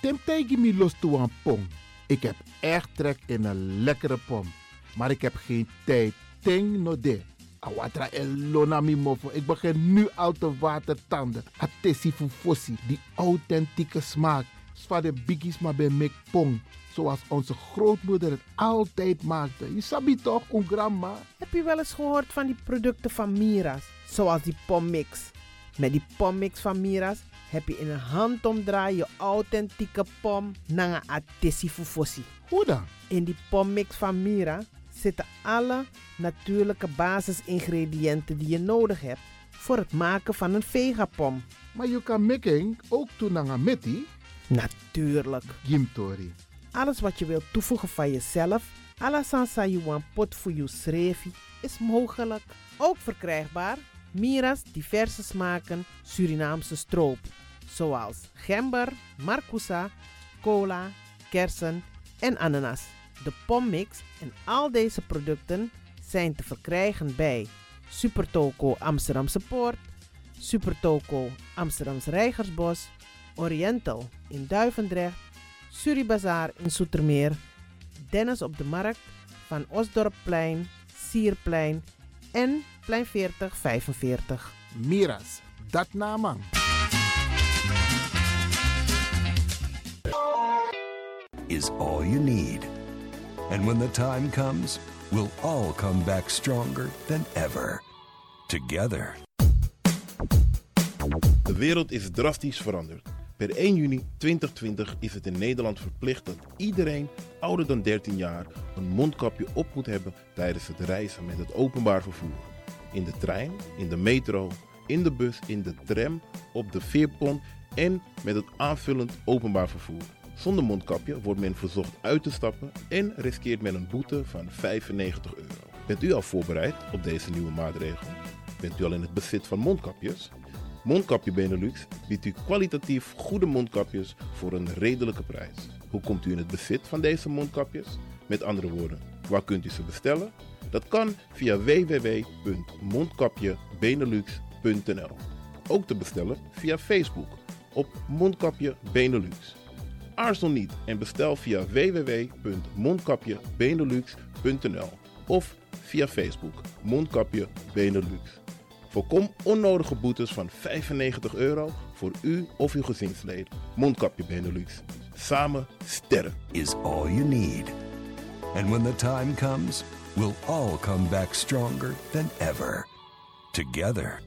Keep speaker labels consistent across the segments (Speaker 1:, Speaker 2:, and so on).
Speaker 1: Temtij me los toe aan pom. Ik heb echt trek in een lekkere pom. Maar ik heb geen tijd. Ting no de. Awatra elona mi mofo. Ik begin nu al te watertanden. Atesi fufosi. Die authentieke smaak. Zwa de biggies maar bij mek pom. Zoals onze grootmoeder het altijd maakte. Je sabi toch, een grandma?
Speaker 2: Heb je wel eens gehoord van die producten van Mira's? Zoals die pommix. Met die pommix van Mira's heb je in een handomdraai je authentieke pom naar een atesi fufosi.
Speaker 1: Hoe dan?
Speaker 2: In die pommix van Mira zitten alle natuurlijke basisingrediënten die je nodig hebt voor het maken van een vegapom.
Speaker 1: Maar je kan making ook doen naar een meti?
Speaker 2: Natuurlijk.
Speaker 1: Gimtori.
Speaker 2: Alles wat je wilt toevoegen van jezelf, alla sansa yuan pot voor je schreefie, is mogelijk. Ook verkrijgbaar Mira's diverse smaken Surinaamse stroop. Zoals gember, marcousa, cola, kersen en ananas. De pommix en al deze producten zijn te verkrijgen bij Supertoco Amsterdamse Poort, Supertoco Amsterdamse Reigersbos, Oriental in Duivendrecht, Suribazaar in Zoetermeer, Dennis op de Markt, Van Osdorpplein, Sierplein en Plein 4045.
Speaker 1: Mira's, dat naman.
Speaker 3: Is all you need. And when the time comes, we'll all come back stronger than ever. Together.
Speaker 4: De wereld is drastisch veranderd. Per 1 juni 2020 is het in Nederland verplicht dat iedereen ouder dan 13 jaar een mondkapje op moet hebben tijdens het reizen met het openbaar vervoer. In de trein, in de metro, in de bus, in de tram, op de veerpont en met het aanvullend openbaar vervoer. Zonder mondkapje wordt men verzocht uit te stappen en riskeert men een boete van €95. Bent u al voorbereid op deze nieuwe maatregel? Bent u al in het bezit van mondkapjes? Mondkapje Benelux biedt u kwalitatief goede mondkapjes voor een redelijke prijs. Hoe komt u in het bezit van deze mondkapjes? Met andere woorden, waar kunt u ze bestellen? Dat kan via www.mondkapjebenelux.nl. Ook te bestellen via Facebook op Mondkapje Benelux. Aarzel niet en bestel via www.mondkapjebenelux.nl of via Facebook Mondkapje Benelux. Voorkom onnodige boetes van €95 voor u of uw gezinsleden. Mondkapje Benelux. Samen sterk.
Speaker 3: Is all you need. And when the time comes, we'll all come back stronger than ever. Together.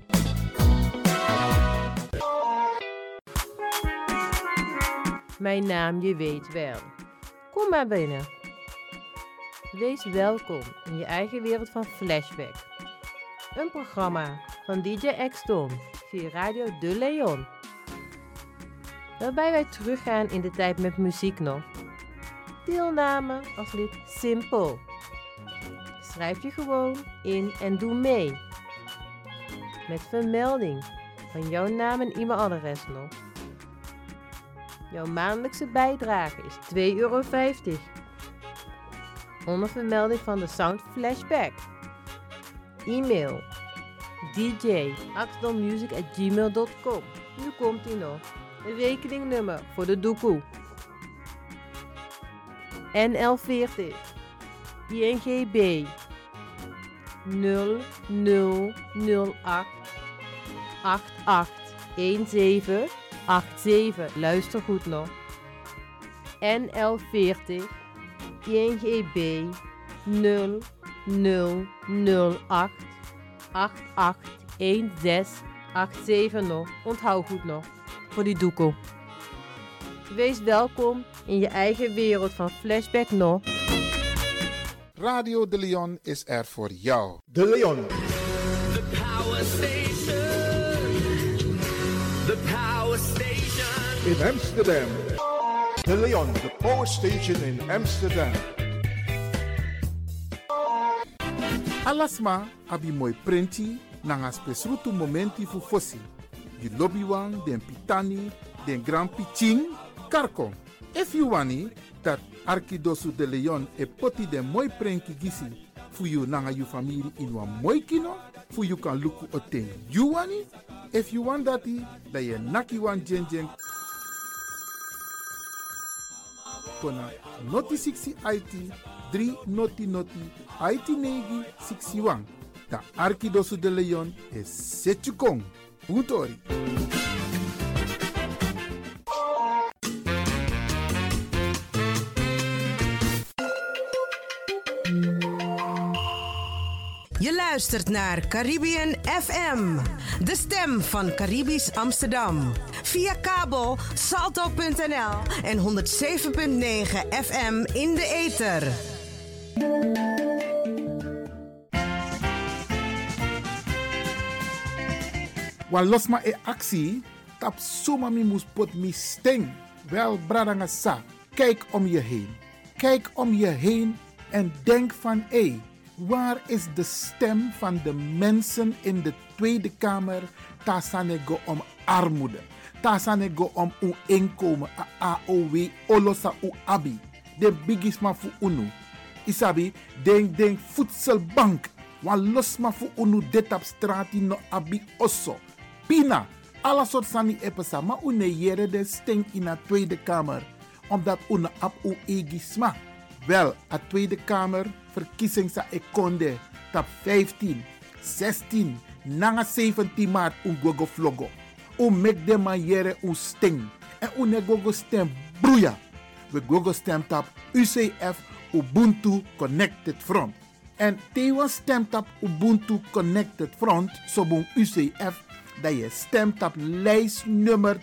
Speaker 5: Mijn naam, je weet wel. Kom maar binnen. Wees welkom in je eigen wereld van Flashback. Een programma van DJ X-Ton via Radio De Leon. Waarbij wij teruggaan in de tijd met muziek nog. Deelname als lid simpel. Schrijf je gewoon in en doe mee. Met vermelding van jouw naam en e-mailadres nog. Jouw maandelijkse bijdrage is €2,50. Onder vermelding van de Sound Flashback. E-mail dj@axdonmusic@gmail.com. Nu komt ie nog. Een rekeningnummer voor de doekoe. NL40 INGB 0008 881787. Luister goed nog. NL40 INGB 0008 881687 nog. Onthoud goed nog. Voor die doekoe. Wees welkom in je eigen wereld van Flashback nog.
Speaker 1: Radio De Leon is er voor jou.
Speaker 6: De Leon.
Speaker 7: The Power Station. The Power Station.
Speaker 6: In Amsterdam. De Leon, the Power Station in Amsterdam.
Speaker 1: Alasma abi moi prenti nanga spesrutu momenti fu fossi. Di lobbywan, den pitani, den grand pitching, karko. If you wani, dat Arkidosu de Leon e poti den moi prenki gisi fu you nanga you family in wan moi kino, fu you kan luku oten you wani. If you want dati, da ye naki wan jen jen kona noti 60 IT 3 noti IT negi 61. Ta Arkidosu de Leon is Setjukong. Puntori.
Speaker 8: Je luistert naar Caribbean FM, de stem van Caribisch Amsterdam. Via kabel salto.nl en 107.9 FM in de ether.
Speaker 1: Wan losma e actie, tap suma mi mus pot mi sting. Wel, bradanga sa, kijk om je heen. Kijk om je heen en denk van waar is de stem van de mensen in de Tweede Kamer? Tasanego om armoede. Tasanego om uw inkomen, AOW, olosa u abi. De bigisma fu unu. Isabi, denk voedselbank. Wan losma fu unu detap strati no abi osso. Pina, alla soort sani epesa, ma une jere de sting in de Tweede Kamer. Omdat une ab u egisma. Wel, a Tweede Kamer verkiezing sa ekonde tap 15, 16, nanga 17 maart gogo vlogo. Mek de maniere sting. En gogo stem broeia. We gogo stem tap UCF Ubuntu Connected Front. En tewa stem tap Ubuntu Connected Front sobon UCF dat je stemt op lijstnummer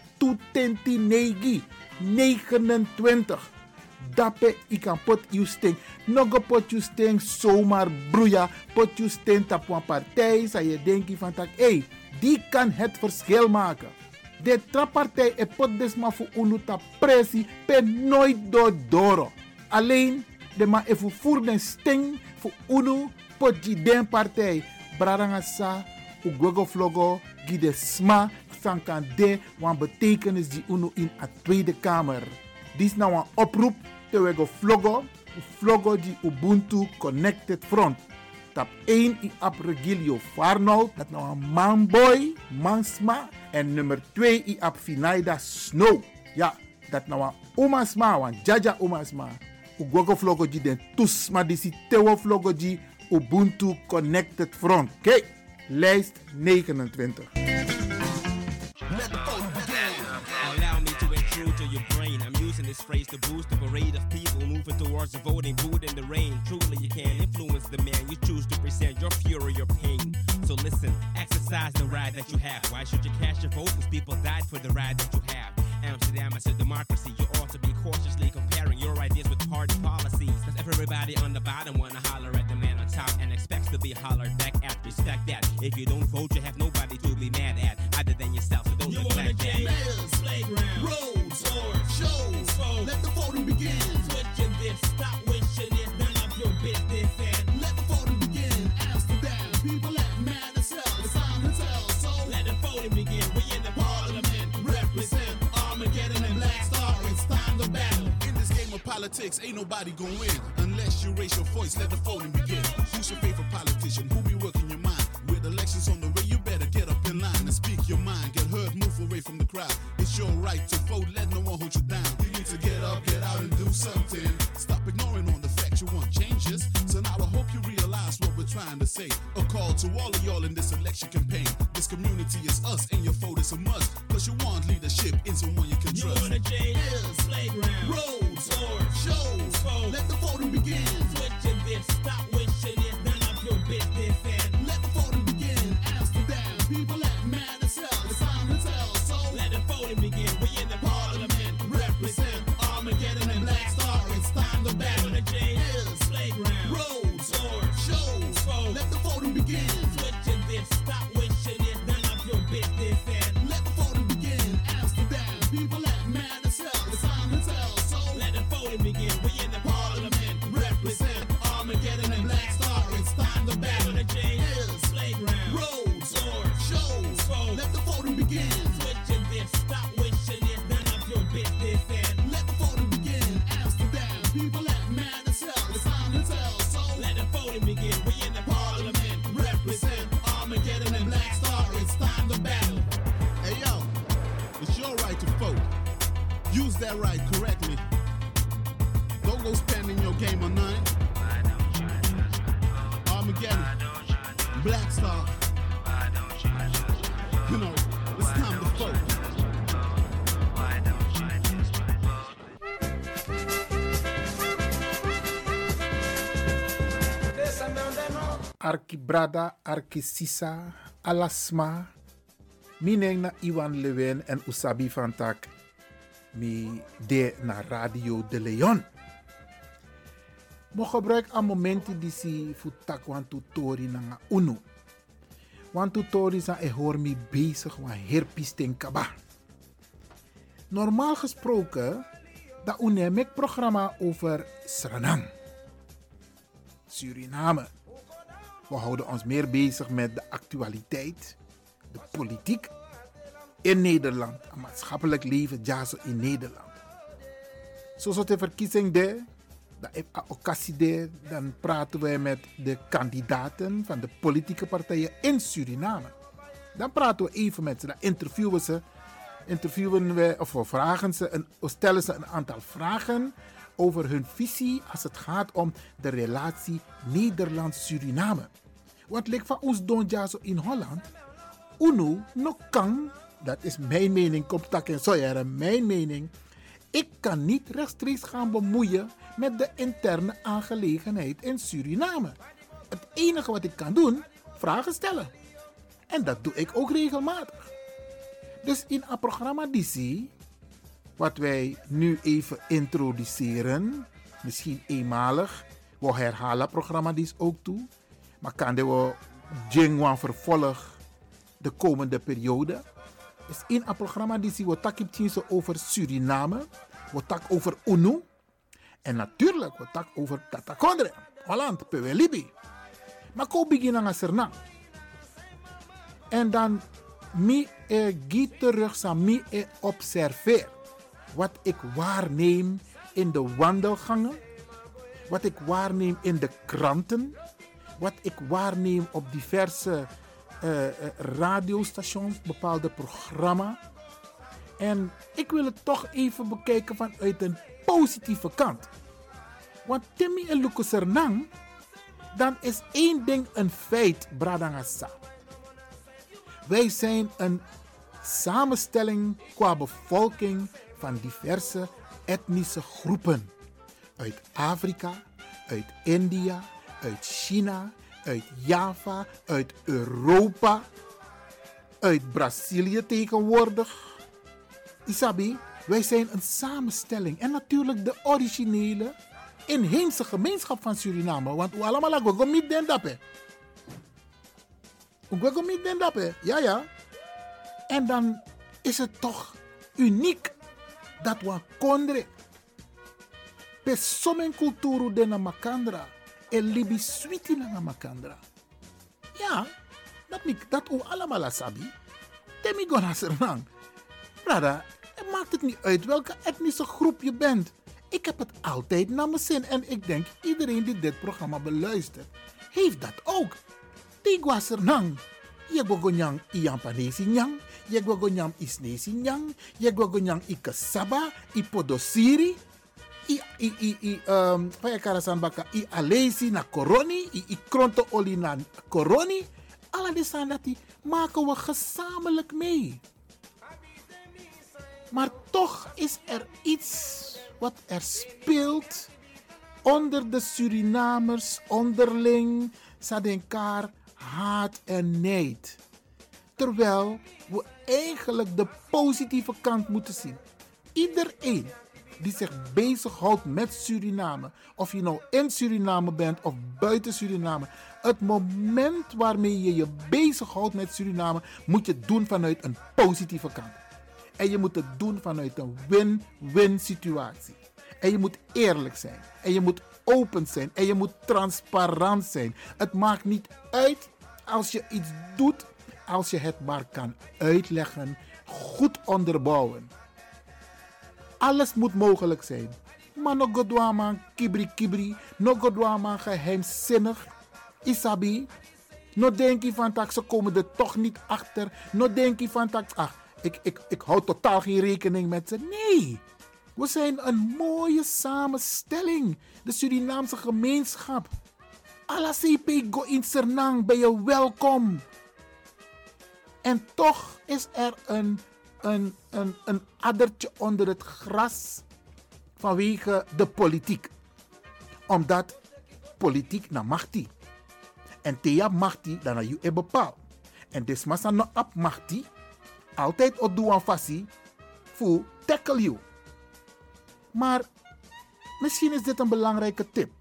Speaker 1: 229. Dape ik kan pot you sting. Nogo pot you sting zomaar broeia. Pot you sting op een partij. Zou je denken van tak, die kan het verschil maken. De trappartij e pot desma voor unuta pressie per nooit door doro. Alleen de ma even voor den sting voor unu pot die den partij. Brarangasa, ugogo vlogo, gide sma, sankan de wan betekenis die unu in a Tweede Kamer. Dit is nou een oproep te we vlogo die Ubuntu Connected Front. Tap 1 i ap Regilio Farnold, dat nou een manboy, mansma. En nummer 2 i ap Finaida Snow. Ja, dat nou een omasma, wan jaja omasma. Ugogo vlogo die den tusma disi tewo vlogo die Ubuntu Connected Front. Kijk, lijst 29.
Speaker 9: To your brain, I'm using this phrase to boost the parade of people moving towards the voting booth in the rain. Truly, you can't influence the man you choose to present your fury, your pain. So listen, exercise the right that you have. Why should you cast your vote? Because people died for the right that you have. Amsterdam is a democracy. You ought to be cautiously comparing your ideas with party policies. Because everybody on the bottom wanna holler at the man on top and expects to be hollered back at. Respect that. If you don't vote, you have nobody to be mad at other than yourself. So don't neglect that.
Speaker 7: Mayors, playground, roads, or shows. Let the voting begin. Switching this, stop wishing it's none of your business. And let the voting begin. Amsterdam, people act mad as hell. It's time to tell. So let the voting begin. We in the parliament represent Armageddon and Black Star. It's time to battle.
Speaker 10: In this game of politics, ain't nobody gonna win unless you raise your voice. Let the voting begin. Who's your favorite politician? Who be working your mind? With elections on the way, you better get up in line and speak your mind. Get heard, move away from the crowd. It's your right to vote. Let no one hold you down. You need to get up, get out, and do something. Stop ignoring on the fact you want changes. So now I hope you realize what we're trying to say. A call to all of y'all in this election campaign. This community is us, and your vote is a must. Cause you want leadership in someone you can trust.
Speaker 7: You wanna change hills, playground, roads, or shows. Let the voting begin. Switching this, stop wishing it's none of your business. And let the voting begin. Amsterdam, people act mad as hell. It's time to tell. So let the voting begin. We in the parliament represent Armageddon and Black Star. It's time to battle. The hills, playground, roads, or shows. Let the voting begin. Switching this, stop wishing it's none of your business. And let the voting begin. Amsterdam, people act mad as hell. It's time to tell. So let the voting begin. We in the parliament represent Armageddon and Black Star. It's time to battle. The hills, playground, roads, or shows. Let the voting begin. Switching this, stop wishing it's none of your business. And let the voting begin. Amsterdam, people act mad as hell. It's time to tell. So let the voting begin. We in the parliament represent Armageddon and Black Star. It's time to battle.
Speaker 10: Hey yo, it's your right to vote. Use that right correctly. don't go spending your game on none. Armageddon, Black Star. You know, it's time to focus.
Speaker 1: Arkibrada, Arkisisa, Alasma. Mineng na Iwan Lewin en Usabi van Tak. Mi de na Radio de Leon. Mo gebruik aan momenten die si futak wan tutori na unu. Wan tutori sa hoor mi bezig wan herpisting kaba. Normaal gesproken, da unemek programma over Suriname. Suriname. We houden ons meer bezig met de actualiteit, de politiek in Nederland, het maatschappelijk leven jazo in Nederland. Zoals de verkiezing de occasie de, dan praten wij met de kandidaten van de politieke partijen in Suriname. Dan praten we even met ze, dan interviewen we of we vragen ze, stellen ze een aantal vragen over hun visie als het gaat om de relatie Nederland-Suriname. Wat lijkt van ons doen jazo in Holland? Uno no kan, dat is mijn mening, komt tak en soja, mijn mening. Ik kan niet rechtstreeks gaan bemoeien met de interne aangelegenheid in Suriname. Het enige wat ik kan doen, vragen stellen. En dat doe ik ook regelmatig. Dus in een programma DC, wat wij nu even introduceren, misschien eenmalig, we herhalen het programma DC ook toe, maar kan we Jingwan vervolg de komende periode. Dus in een programma DC, we takken over Suriname, we tak over UNO en natuurlijk we tak over Tatakondre, Holland, Pewelibi. Maar ko beginnen aan Suriname. En dan mi giet terug aan mi observeer wat ik waarneem in de wandelgangen, wat ik waarneem in de kranten, wat ik waarneem op diverse radiostations, bepaalde programma's. En ik wil het toch even bekijken vanuit een positieve kant. Want Timmy en Lucas Sernang, dan is één ding een feit, Bradangasa. Wij zijn een samenstelling qua bevolking van diverse etnische groepen. Uit Afrika, uit India, uit China, uit Java, uit Europa, uit Brazilië tegenwoordig. Isabi, wij zijn een samenstelling. En natuurlijk de originele inheemse gemeenschap van Suriname. Want we allemaal gaan niet den dappen. We gaan niet den dappen. Ja. En dan is het toch uniek dat we kondre. Pesomen culturu de na makandra. En libi switi na makandra. Ja, dat we allemaal sabi. Temi gona serang. Brada, het maakt het niet uit welke etnische groep je bent. Ik heb het altijd naar mijn zin en ik denk iedereen die dit programma beluistert, heeft dat ook. Tigwa sernang. Je gogonyang iampanesi nyang, je gogonyang isnesi nyang, je gogonyang ikasaba, ipodosiri, i alesi na koroni, i kronto oli na koroni. Alle die staan dat die maken we gezamenlijk mee. Maar toch is er iets wat er speelt onder de Surinamers, onderling, sadenkaar, haat en nijd. Terwijl we eigenlijk de positieve kant moeten zien. Iedereen die zich bezighoudt met Suriname, of je nou in Suriname bent of buiten Suriname, het moment waarmee je je bezighoudt met Suriname, moet je het doen vanuit een positieve kant. En je moet het doen vanuit een win-win situatie. En je moet eerlijk zijn. En je moet open zijn. En je moet transparant zijn. Het maakt niet uit als je iets doet, als je het maar kan uitleggen, goed onderbouwen. Alles moet mogelijk zijn. Maar no godwaman kibri, no godwaman geheimzinnig. Isabi, no denk je van tak, ze komen er toch niet achter. No denk je van tak, ach, ik hou totaal geen rekening met ze. Nee, We zijn een mooie samenstelling. De Surinaamse gemeenschap. Alla CP go in Sernang, ben je welkom. En toch is er een addertje onder het gras vanwege de politiek. Omdat politiek na machti. En Thea machti dan na je bepaal. En desmasa no ap machti. Altijd op doan fasi. Voor tackle you. Maar misschien is dit een belangrijke tip.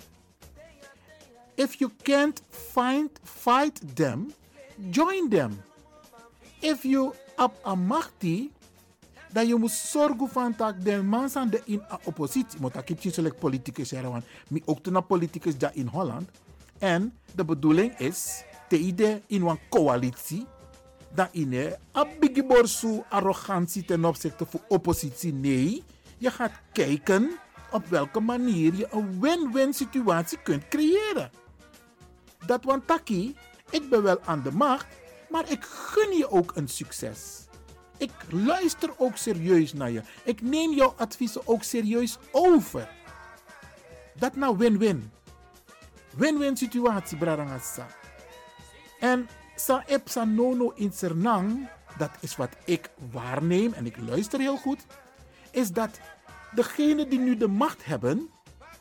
Speaker 1: If you can't fight them, join them. If you up a machti, dan je moet zorgen van dat de mensen die in de oppositie, moet ik niet zo'n politicus zeggen, want ik ook een politicus daar in Holland. En de bedoeling is, de idee in een coalitie, dat in een abigiborsu arrogantie ten opzichte van oppositie. Nee, je gaat kijken op welke manier je een win-win situatie kunt creëren. Dat want taki, ik ben wel aan de macht, maar ik gun je ook een succes. Ik luister ook serieus naar je. Ik neem jouw adviezen ook serieus over. Dat nou win-win. Win-win situatie, Bradangasa. En sa epsa nono in Sernang, dat is wat ik waarneem en ik luister heel goed, is dat degenen die nu de macht hebben,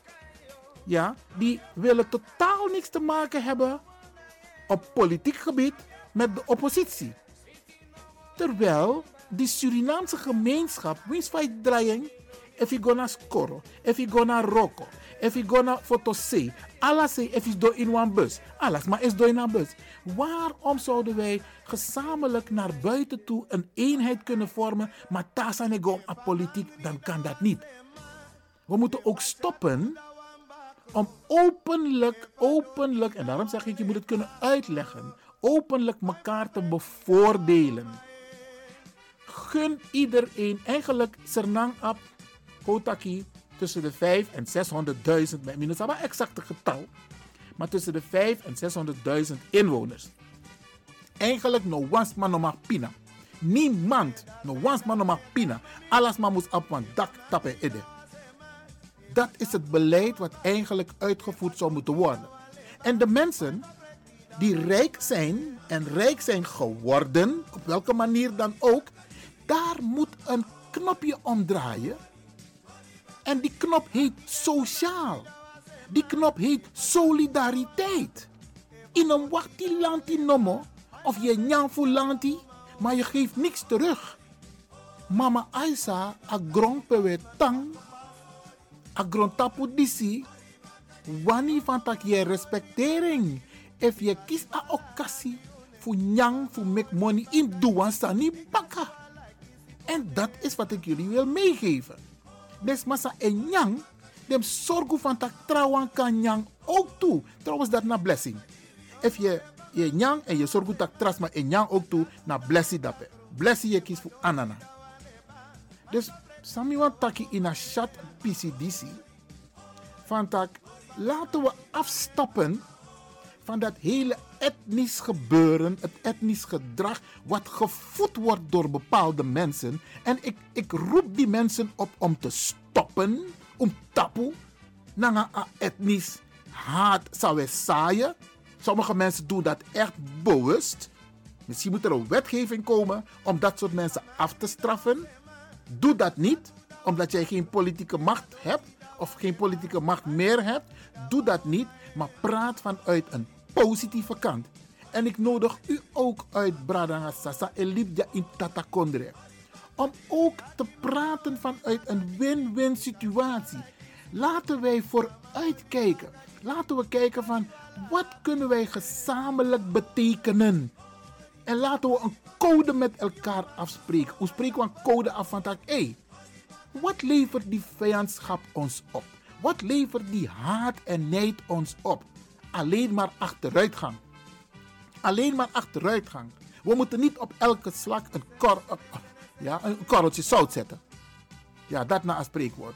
Speaker 1: ja, die willen totaal niks te maken hebben op politiek gebied met de oppositie. Terwijl die Surinaamse gemeenschap, wiens feit draaien, if je gonna scoren, if je gonna roken, if je gonna fotose, alles is door in een bus. Alles maar is door in een bus. Waarom zouden wij gezamenlijk naar buiten toe een eenheid kunnen vormen, maar daar zijn we om aan politiek, dan kan dat niet. We moeten ook stoppen om openlijk, en daarom zeg ik, je moet het kunnen uitleggen, openlijk elkaar te bevoordelen. Gun iedereen, eigenlijk Sernang ab, Kotaki, tussen de 5 en 600.000, met minus een exacte getal, maar tussen de 5 en 600.000 inwoners. Eigenlijk no wans man no mag pina. Niemand no wans man no mag pina. Alles maar moet op een dak tappen ede. Dat is het beleid wat eigenlijk uitgevoerd zou moeten worden. En de mensen die rijk zijn en rijk zijn geworden, op welke manier dan ook, daar moet een knopje omdraaien. En die knop heet sociaal. Die knop heet solidariteit. In een wachti lanti nomo, of je nyangfu lanti, maar je geeft niks terug. Mama Aisa, a grondpewe tang, a grondtapu disi, wani van tak je respectering. If je kiest a occasie voor nyang, voor make money, in doan sani baka. En dat is wat ik jullie wil meegeven. Dus massa en nyang, dem zorgen van tak trouwen kan nyang ook toe. Trouwens dat na blessing. If je nyang en je zorgt tak tras maar en nyang ook toe, na blessing dape. Blessing je kies voor anana. Dus samiwan taki in a chat PCDC. Van tak, laten we afstappen van dat hele etnisch gebeuren, het etnisch gedrag, wat gevoed wordt door bepaalde mensen. En ik roep die mensen op om te stoppen, om tapu, naar een etnisch haat zou zaaien. Sommige mensen doen dat echt bewust. Misschien moet er een wetgeving komen om dat soort mensen af te straffen. Doe dat niet, omdat jij geen politieke macht hebt of geen politieke macht meer hebt. Doe dat niet, maar praat vanuit een positieve kant. En ik nodig u ook uit Bradangasa en Libja in Tatakondre. Om ook te praten vanuit een win-win situatie. Laten wij vooruit kijken. Laten we kijken van wat kunnen wij gezamenlijk betekenen. En laten we een code met elkaar afspreken. Hoe spreken we een code af van dat? Wat levert die vijandschap ons op? Wat levert die haat en nijd ons op? Alleen maar achteruitgang. Alleen maar achteruitgang. We moeten niet op elke slag een korreltje zout zetten. Ja, dat na een spreekwoord.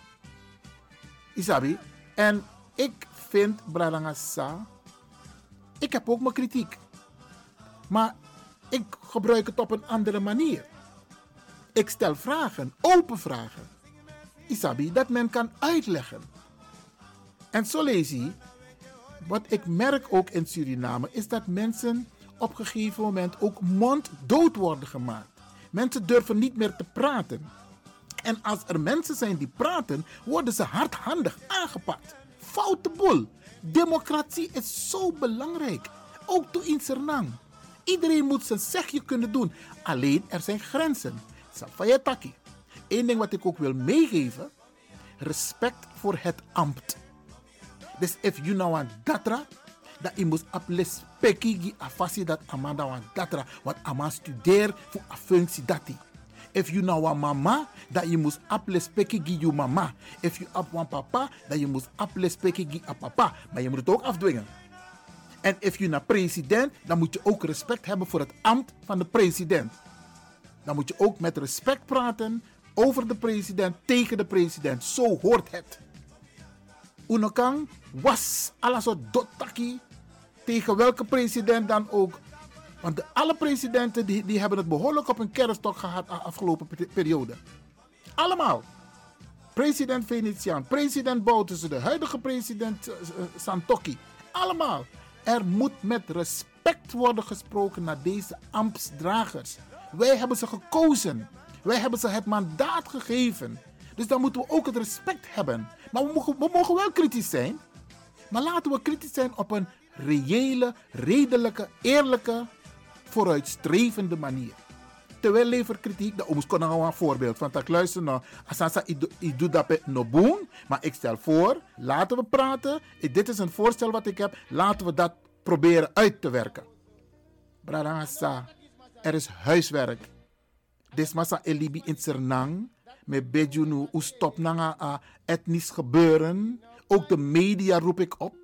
Speaker 1: Isabi. En ik vind, Bradangasa, ik heb ook mijn kritiek. Maar ik gebruik het op een andere manier. Ik stel vragen, open vragen. Isabi, dat men kan uitleggen. En zo lees je, wat ik merk ook in Suriname, is dat mensen op een gegeven moment ook monddood worden gemaakt. Mensen durven niet meer te praten. En als er mensen zijn die praten, worden ze hardhandig aangepakt. Foute boel. Democratie is zo belangrijk. Ook toe in Suriname. Iedereen moet zijn zegje kunnen doen. Alleen er zijn grenzen. Safayetaki. Eén ding wat ik ook wil meegeven. Respect voor het ambt. Dus if you nou aan datra, dat je moet respecteren die afasi dat amanda aan datra, wat ama studeer voor een functie dat die. If you nou aan mama, dat je moet respecteren die je mama. If you op een papa, dat je moet respecteren die a papa. Maar je moet het ook afdwingen. En if you naar president, dan moet je ook respect hebben voor het ambt van de president. Dan moet je ook met respect praten over de president, tegen de president. Zo hoort het. Unokang was alles wat dotaki tegen welke president dan ook. Want alle presidenten die hebben het behoorlijk op een kerststok gehad de afgelopen periode. Allemaal. President Venetiaan, president Bouterse, de huidige president Santokki. Allemaal. Er moet met respect worden gesproken naar deze ambtsdragers. Wij hebben ze gekozen. Wij hebben ze het mandaat gegeven. Dus dan moeten we ook het respect hebben. Maar we mogen wel kritisch zijn. Maar laten we kritisch zijn op een reële, redelijke, eerlijke, vooruitstrevende manier. Terwijl lever kritiek, dat ons kunnen een voorbeeld van dat luister naar Asasa, ik doe dat no boom, maar ik stel voor, laten we praten. Dit is een voorstel wat ik heb, laten we dat proberen uit te werken. Bradangasa, er is huiswerk. Desmasa elibi in Sernang, met Bejunu, hoe stop na etnisch gebeuren. Ook de media roep ik op.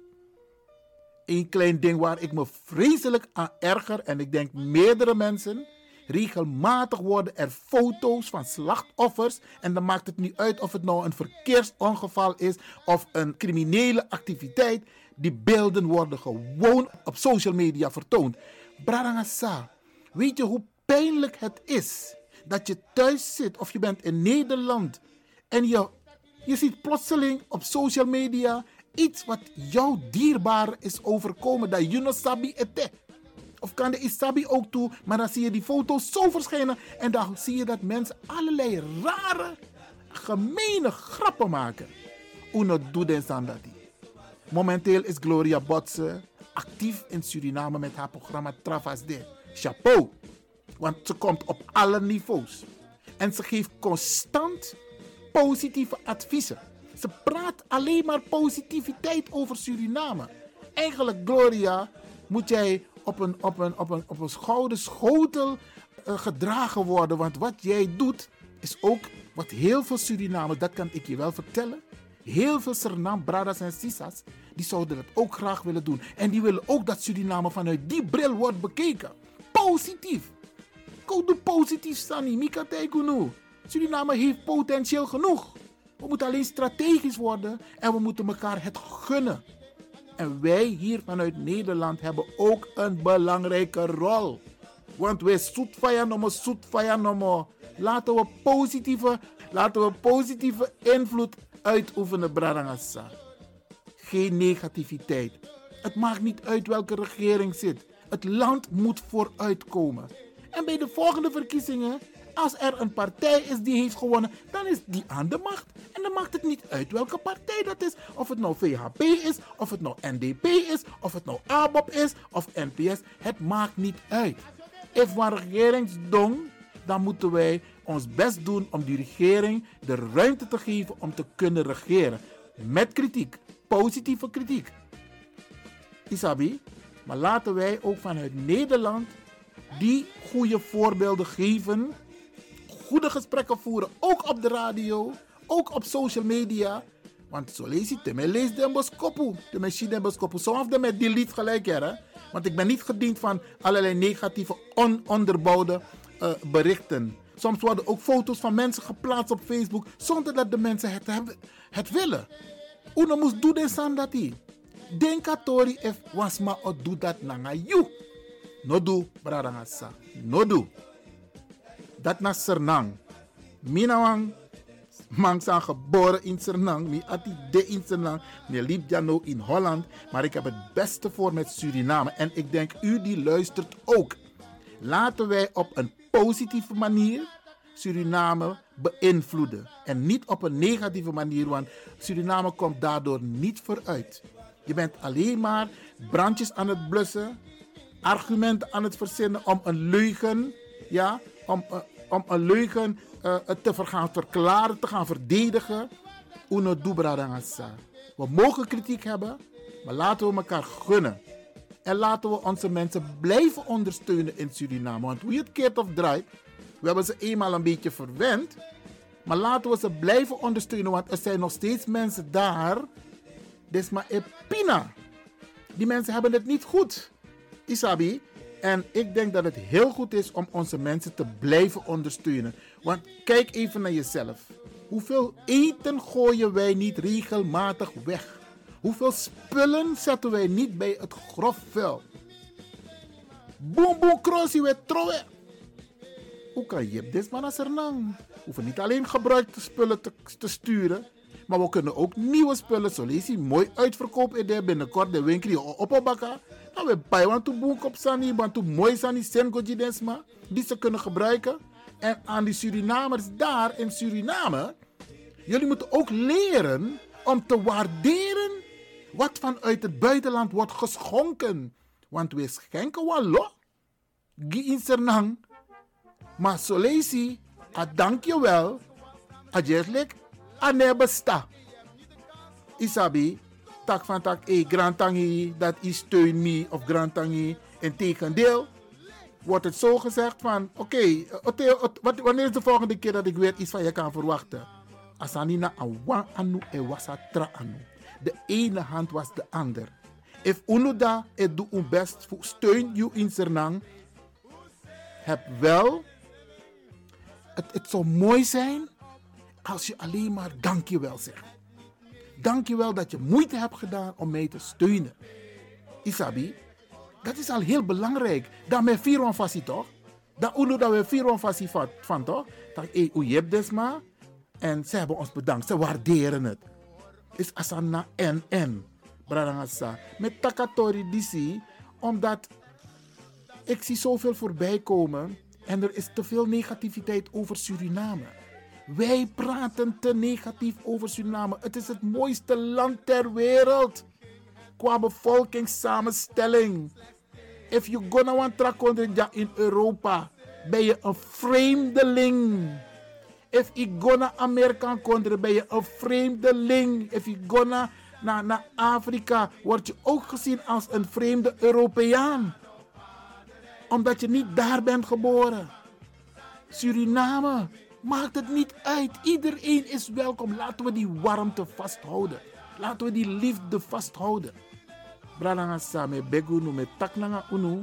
Speaker 1: Een klein ding waar ik me vreselijk aan erger, en ik denk meerdere mensen. Regelmatig worden er foto's van slachtoffers. En dan maakt het niet uit of het nou een verkeersongeval is of een criminele activiteit. Die beelden worden gewoon op social media vertoond. Bradangasa, weet je hoe pijnlijk het is dat je thuis zit of je bent in Nederland en je ziet plotseling op social media iets wat jou dierbaar is overkomen, dat je no sabi ete. Of kan de isabi ook toe, maar dan zie je die foto's zo verschijnen en dan zie je dat mensen allerlei rare, gemene grappen maken. Uno doet en sandati. Momenteel is Gloria Botse actief in Suriname met haar programma Travas de. Chapeau, want ze komt op alle niveaus. En ze geeft constant positieve adviezen. Ze praat alleen maar positiviteit over Suriname. Eigenlijk, Gloria, moet jij op een gouden schotel gedragen worden. Want wat jij doet, is ook wat heel veel Surinamers, dat kan ik je wel vertellen. Heel veel Suriname, bradas en sisas, die zouden dat ook graag willen doen. En die willen ook dat Suriname vanuit die bril wordt bekeken. Positief. Ko doe positief, Sani. Mika Teikunu. Suriname heeft potentieel genoeg. We moeten alleen strategisch worden en we moeten elkaar het gunnen. En wij hier vanuit Nederland hebben ook een belangrijke rol. Want wij zoetvaya nomo. Laten we positieve invloed uitoefenen, Bradangasa. Geen negativiteit. Het maakt niet uit welke regering zit. Het land moet vooruitkomen. En bij de volgende verkiezingen, als er een partij is die heeft gewonnen, dan is die aan de macht. En dan maakt het niet uit welke partij dat is. Of het nou VHP is, of het nou NDP is, of het nou ABOP is, of NPS. Het maakt niet uit. If we een regeringsdong, dan moeten wij ons best doen om die regering de ruimte te geven om te kunnen regeren. Met kritiek, positieve kritiek. Isabi, maar laten wij ook vanuit Nederland die goede voorbeelden geven. Goede gesprekken voeren, ook op de radio, ook op social media. Want zo lees je het, me lees de boskopu, de machine de boskopu. Soms de met delete gelijk, hè. Want ik ben niet gediend van allerlei negatieve, ononderbouwde berichten. Soms worden ook foto's van mensen geplaatst op Facebook zonder dat de mensen het willen. Uno moest doen sandati. Denkatori if wasma o do dat nanga you. No do, bradangasa. No do. Dat na Sernang. Minawang Man zijn geboren in Suriname, mi ati de in Suriname, mi liep jano in Holland, maar ik heb het beste voor met Suriname. En ik denk u die luistert ook. Laten wij op een positieve manier Suriname beïnvloeden. En niet op een negatieve manier, want Suriname komt daardoor niet vooruit. Je bent alleen maar brandjes aan het blussen, argumenten aan het verzinnen om een leugen, ja, om een leugen te gaan verklaren, te gaan verdedigen. Uno dubra dangasa. We mogen kritiek hebben, maar laten we elkaar gunnen. En laten we onze mensen blijven ondersteunen in Suriname. Want hoe je het keert of draait, we hebben ze eenmaal een beetje verwend. Maar laten we ze blijven ondersteunen, want er zijn nog steeds mensen daar. Desma epina. Die mensen hebben het niet goed. Isabi. En ik denk dat het heel goed is om onze mensen te blijven ondersteunen. Want kijk even naar jezelf. Hoeveel eten gooien wij niet regelmatig weg? Hoeveel spullen zetten wij niet bij het grofvuil? Boom, boom, crossie, we trouwen. Hoe kan je dit maar als er nang? We hoeven niet alleen gebruikte spullen te sturen, maar we kunnen ook nieuwe spullen, zo lees je, mooi uitverkopen in de binnenkort de winkel op bakken. Nou, we bouwen toe boek op sani, want toe mooi sani sengoji desma, die ze kunnen gebruiken. En aan die Surinamers daar in Suriname, jullie moeten ook leren om te waarderen wat vanuit het buitenland wordt geschonken. Want we schenken wel lo, gi in Sernang, maar zo lees je, dankjewel, ajeslik, anebesta. Isabi, tak van tak, grantangi, dat is steun me, of grantangi, in tegendeel, wordt het zo gezegd van, oké, wanneer is de volgende keer dat ik weer iets van je kan verwachten? Asanina awan anu e wasatra anu. De ene hand was de ander. If unuda et doe uw best, steun je in Sernang, heb wel, het zou mooi zijn als je alleen maar dankjewel zegt. Dankjewel dat je moeite hebt gedaan om mij te steunen. Isabi, dat is al heel belangrijk. Dat we vieren van toch? Dat we vieren van toch? Dat je hebt desma. En ze hebben ons bedankt. Ze waarderen het. Is asana en. Bradangasa. Met takatori disi. Omdat ik zie zoveel voorbij komen. En er is te veel negativiteit over Suriname. Wij praten te negatief over Suriname. Het is het mooiste land ter wereld. Qua bevolkingssamenstelling. If you gonna want trakondreja in Europa, ben je een vreemdeling. If you gonna Amerika kondre, ben je een vreemdeling. If you gonna naar Afrika, word je ook gezien als een vreemde Europeaan. Omdat je niet daar bent geboren. Suriname, maakt het niet uit. Iedereen is welkom. Laten we die warmte vasthouden. Laten we die liefde vasthouden. Brananga same begunu met taknanga unu.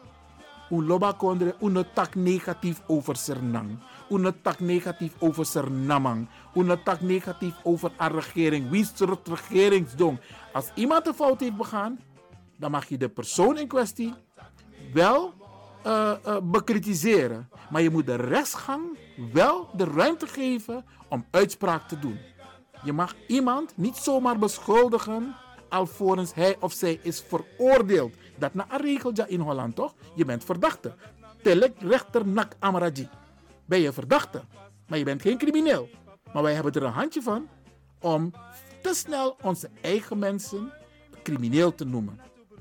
Speaker 1: Loba kondre une tak negatief over Sernang. Une tak negatief over Sernamang. Une tak negatief over haar regering. Wie is het regeringsdong? Als iemand een fout heeft begaan, dan mag je de persoon in kwestie wel bekritiseren. Maar je moet de rechtsgang wel de ruimte geven om uitspraak te doen. Je mag iemand niet zomaar beschuldigen alvorens hij of zij is veroordeeld. Dat na een regeltje in Holland, toch? Je bent verdachte. Telek rechter nak amaraji. Ben je verdachte, maar je bent geen crimineel. Maar wij hebben er een handje van om te snel onze eigen mensen crimineel te noemen.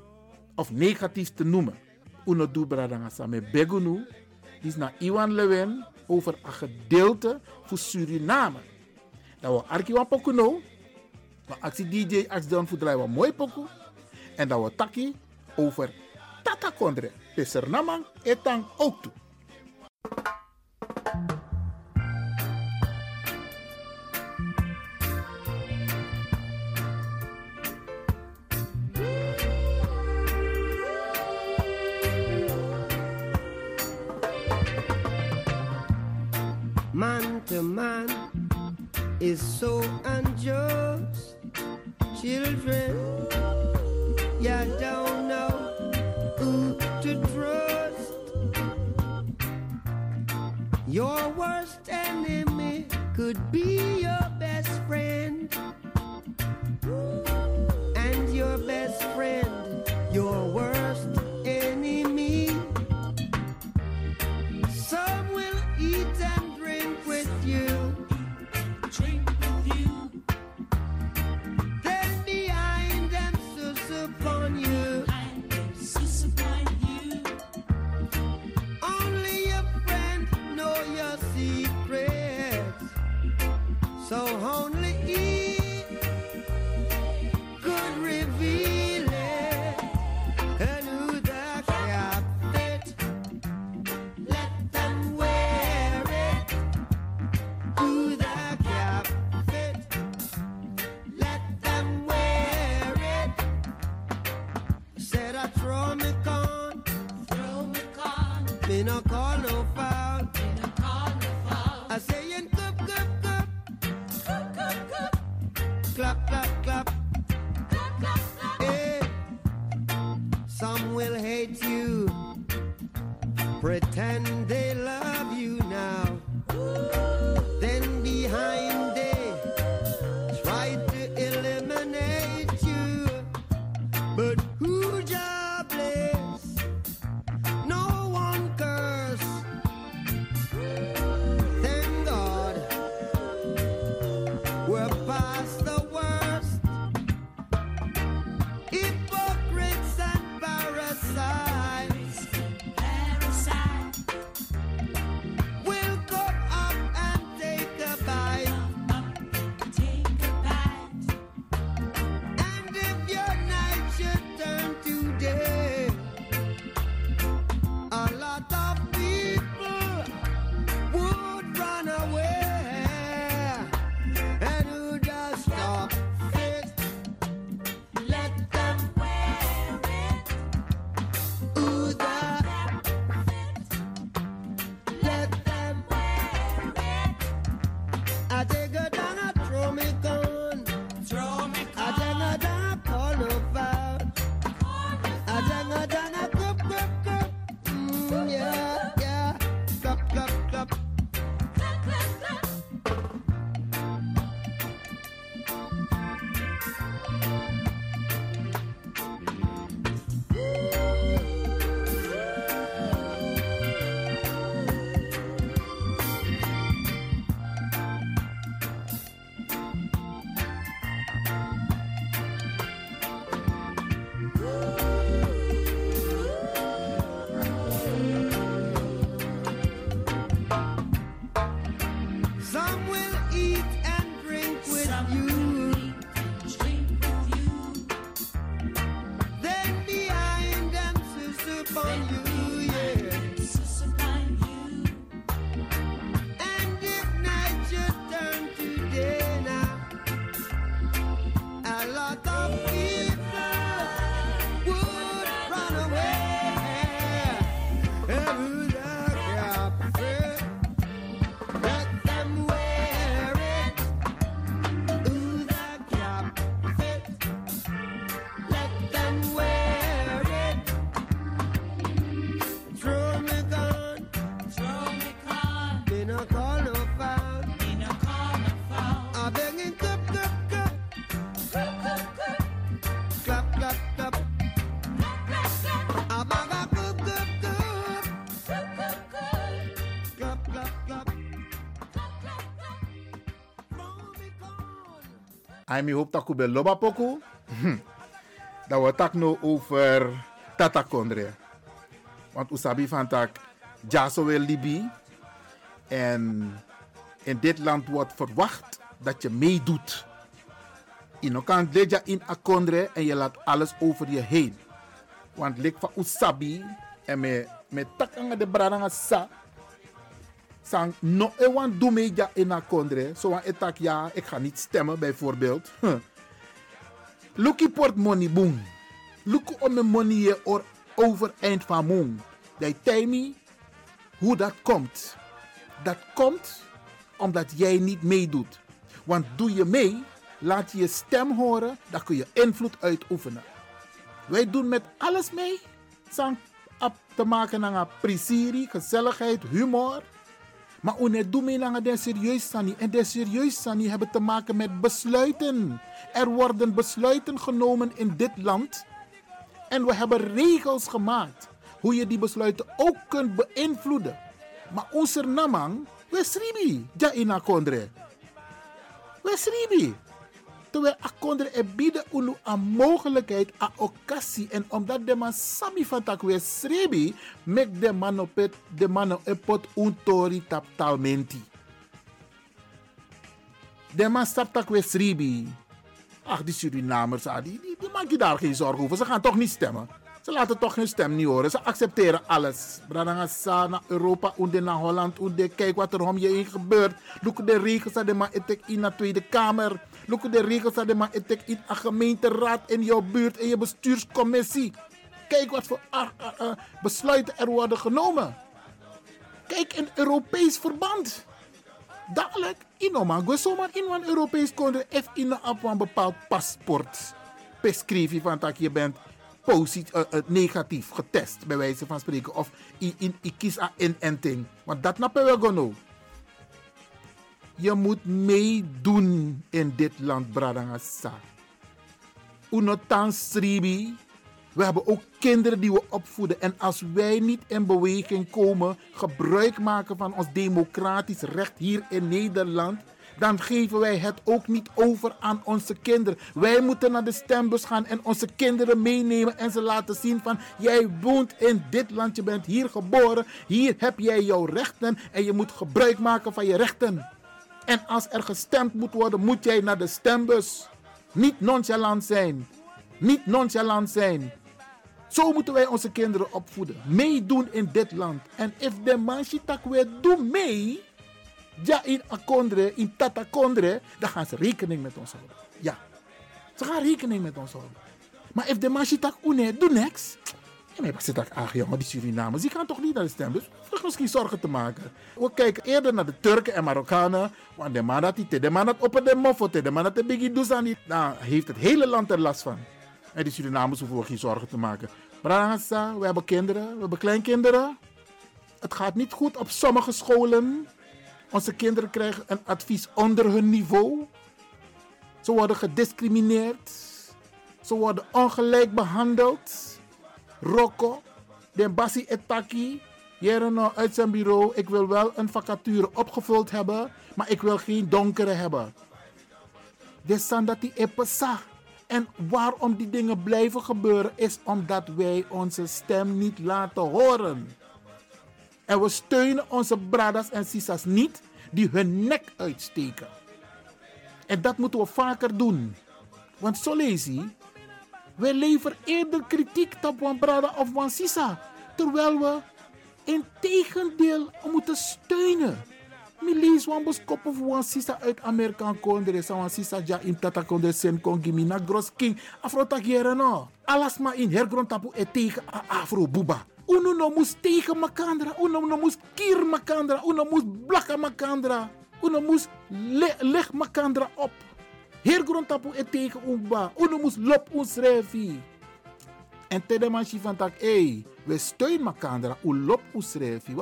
Speaker 1: Of negatief te noemen. Uno doe bradangasa met Begunu. Die is naar Iwan Lewin over een gedeelte voor Suriname. Dat we arkiwan pokuno. Maar actie DJ actie voor draaien we mooi poku. En dat we taki over Tata Kondre. De Sernamang etang ook toe.
Speaker 11: Man to man is so unjust. Children, you don't know who to trust. Your worst enemy could be your best friend, and your best friend your worst enemy. Some will eat and drink with you, then behind them sus upon you. Only your friend know your secrets, so only he could reveal it. And who the cap fit, let them wear it. Who the cap fit, let them wear it. Said I throw me con, me no call no foul. I say in cup, clap, clap, clap. Hey. Some will hate you, pretend they love you now. Then behind they try to eliminate you. But who jobless? No one curse. Thank God we're past the worst. Hypocrites and parasites will come up and take a bite. And if your night should turn to day, a lot of people would run away. And who does stop it, let them wear it. Who the let them wear it. I take a down, I throw me gun. I take a down, I call no foul. I take a down, I cup. Yeah, yeah. Cup. Some will eat and drink with you, then behind them sus upon you, yeah. And if night should turn to day now, a lot of people would run away. And who the cap fit, let them wear it. Who the cap fit, let them wear it. Throw me gun, me no call no foul. I beg in cup. Clap, clap, clap. I beg a cup. Clap, clap, clap.
Speaker 1: Hij mi hoop dat ik bij loba poku. Dat we tak no over Tata Kondre. Want usabi van tak jaso wel libi. En in dit land wordt verwacht dat je meedoet. Je kan leja in akondre en je laat alles over je heen. Want lik van usabi en met tak aan de braranga sa. Sang no ewan doe meja in akondre. Zo aan etak ja, ik ga niet stemmen bijvoorbeeld. Luki port money boom. Luki om mijn money or overeind van moon. Dat tell me hoe dat komt. Dat komt omdat jij niet meedoet. Want doe je mee, laat je je stem horen, dan kun je invloed uitoefenen. Wij doen met alles mee. Sang te maken naar plezier, gezelligheid, humor. Maar unet doe mee lang de serieus sani. En de serieus sani hebben te maken met besluiten. Er worden besluiten genomen in dit land. En we hebben regels gemaakt. Hoe je die besluiten ook kunt beïnvloeden. Maar onze namang, we sribi. Ja ina kondre. We sribi. Terwijl akondre e bieden unu een mogelijkheid, een occasie. En omdat de man sabi van tak we sribi, mek de man op het, de man op het untori tap talmenti. De man stap tak we sribi. Ach, die Surinamers, die maken daar geen zorgen over. Ze gaan toch niet stemmen. Ze laten toch hun stem niet horen. Ze accepteren alles. Bradangasa naar Europa, naar Holland, kijk wat er om je heen gebeurt. Look de regels dat de man etek in de Tweede Kamer. Look de regels dat de man etek in een gemeenteraad, in jouw buurt, in je bestuurscommissie. Kijk wat voor besluiten er worden genomen. Kijk in Europees verband. Dadelijk, inoma, go zomaar in een Europees country, even in een bepaald paspoort. Beschrijf van dat je bent negatief getest, bij wijze van spreken. Of je kiest aan inenting. Want dat nappen we gewoon. Je moet meedoen in dit land, Bradangasa. Unotans Sribi. We hebben ook kinderen die we opvoeden. En als wij niet in beweging komen, gebruik maken van ons democratisch recht hier in Nederland, dan geven wij het ook niet over aan onze kinderen. Wij moeten naar de stembus gaan en onze kinderen meenemen en ze laten zien van, jij woont in dit land, je bent hier geboren, hier heb jij jouw rechten en je moet gebruik maken van je rechten. En als er gestemd moet worden, moet jij naar de stembus. Niet nonchalant zijn. Niet nonchalant zijn. Zo moeten wij onze kinderen opvoeden. Meedoen in dit land. En if de manchi tak weer doen mee, ja in akondre, in tatakondre, dan gaan ze rekening met ons houden. Ja, ze gaan rekening met ons houden. Maar if de manchi tak une, doe niks. En ik zit daar, jongen, die Surinamers, die gaan toch niet naar de stembus? Dus misschien zorgen te maken. We kijken eerder naar de Turken en Marokkanen. Want de man dat op de moffote, de man dat de biggie doet aan die, nou, heeft het hele land er last van. En die Surinamers hoeven we geen zorgen te maken. Brangasa, we hebben kinderen, we hebben kleinkinderen. Het gaat niet goed op sommige scholen. Onze kinderen krijgen een advies onder hun niveau. Ze worden gediscrimineerd. Ze worden ongelijk behandeld. Rocco, den Bassi Etaki, Jereno uit zijn bureau. Ik wil wel een vacature opgevuld hebben, maar ik wil geen donkere hebben. Desandati epesa. En waarom die dingen blijven gebeuren is omdat wij onze stem niet laten horen. En we steunen onze bradas en sisas niet die hun nek uitsteken. En dat moeten we vaker doen. Want zo lees je, wij leveren eerder kritiek op een brada of een sisa. Terwijl we in tegendeel moeten steunen. Mi lees wan boskop of wan sisa uit Amerika kondre. Sa wan sisa ja in tata kondre sen kongimi na gros king. Afro tagiere no. Alas ma in hergrond tapu e tegen afro buba. Uno no mus tegen makandra. Uno no mus kier makandra. Uno mus blaka makandra. Uno mus leg makandra op. Hergrond tapu e tegen umba. Uno mus lop ons revi. En te de manchi van tak, we steunen makandra. U lop ons revi.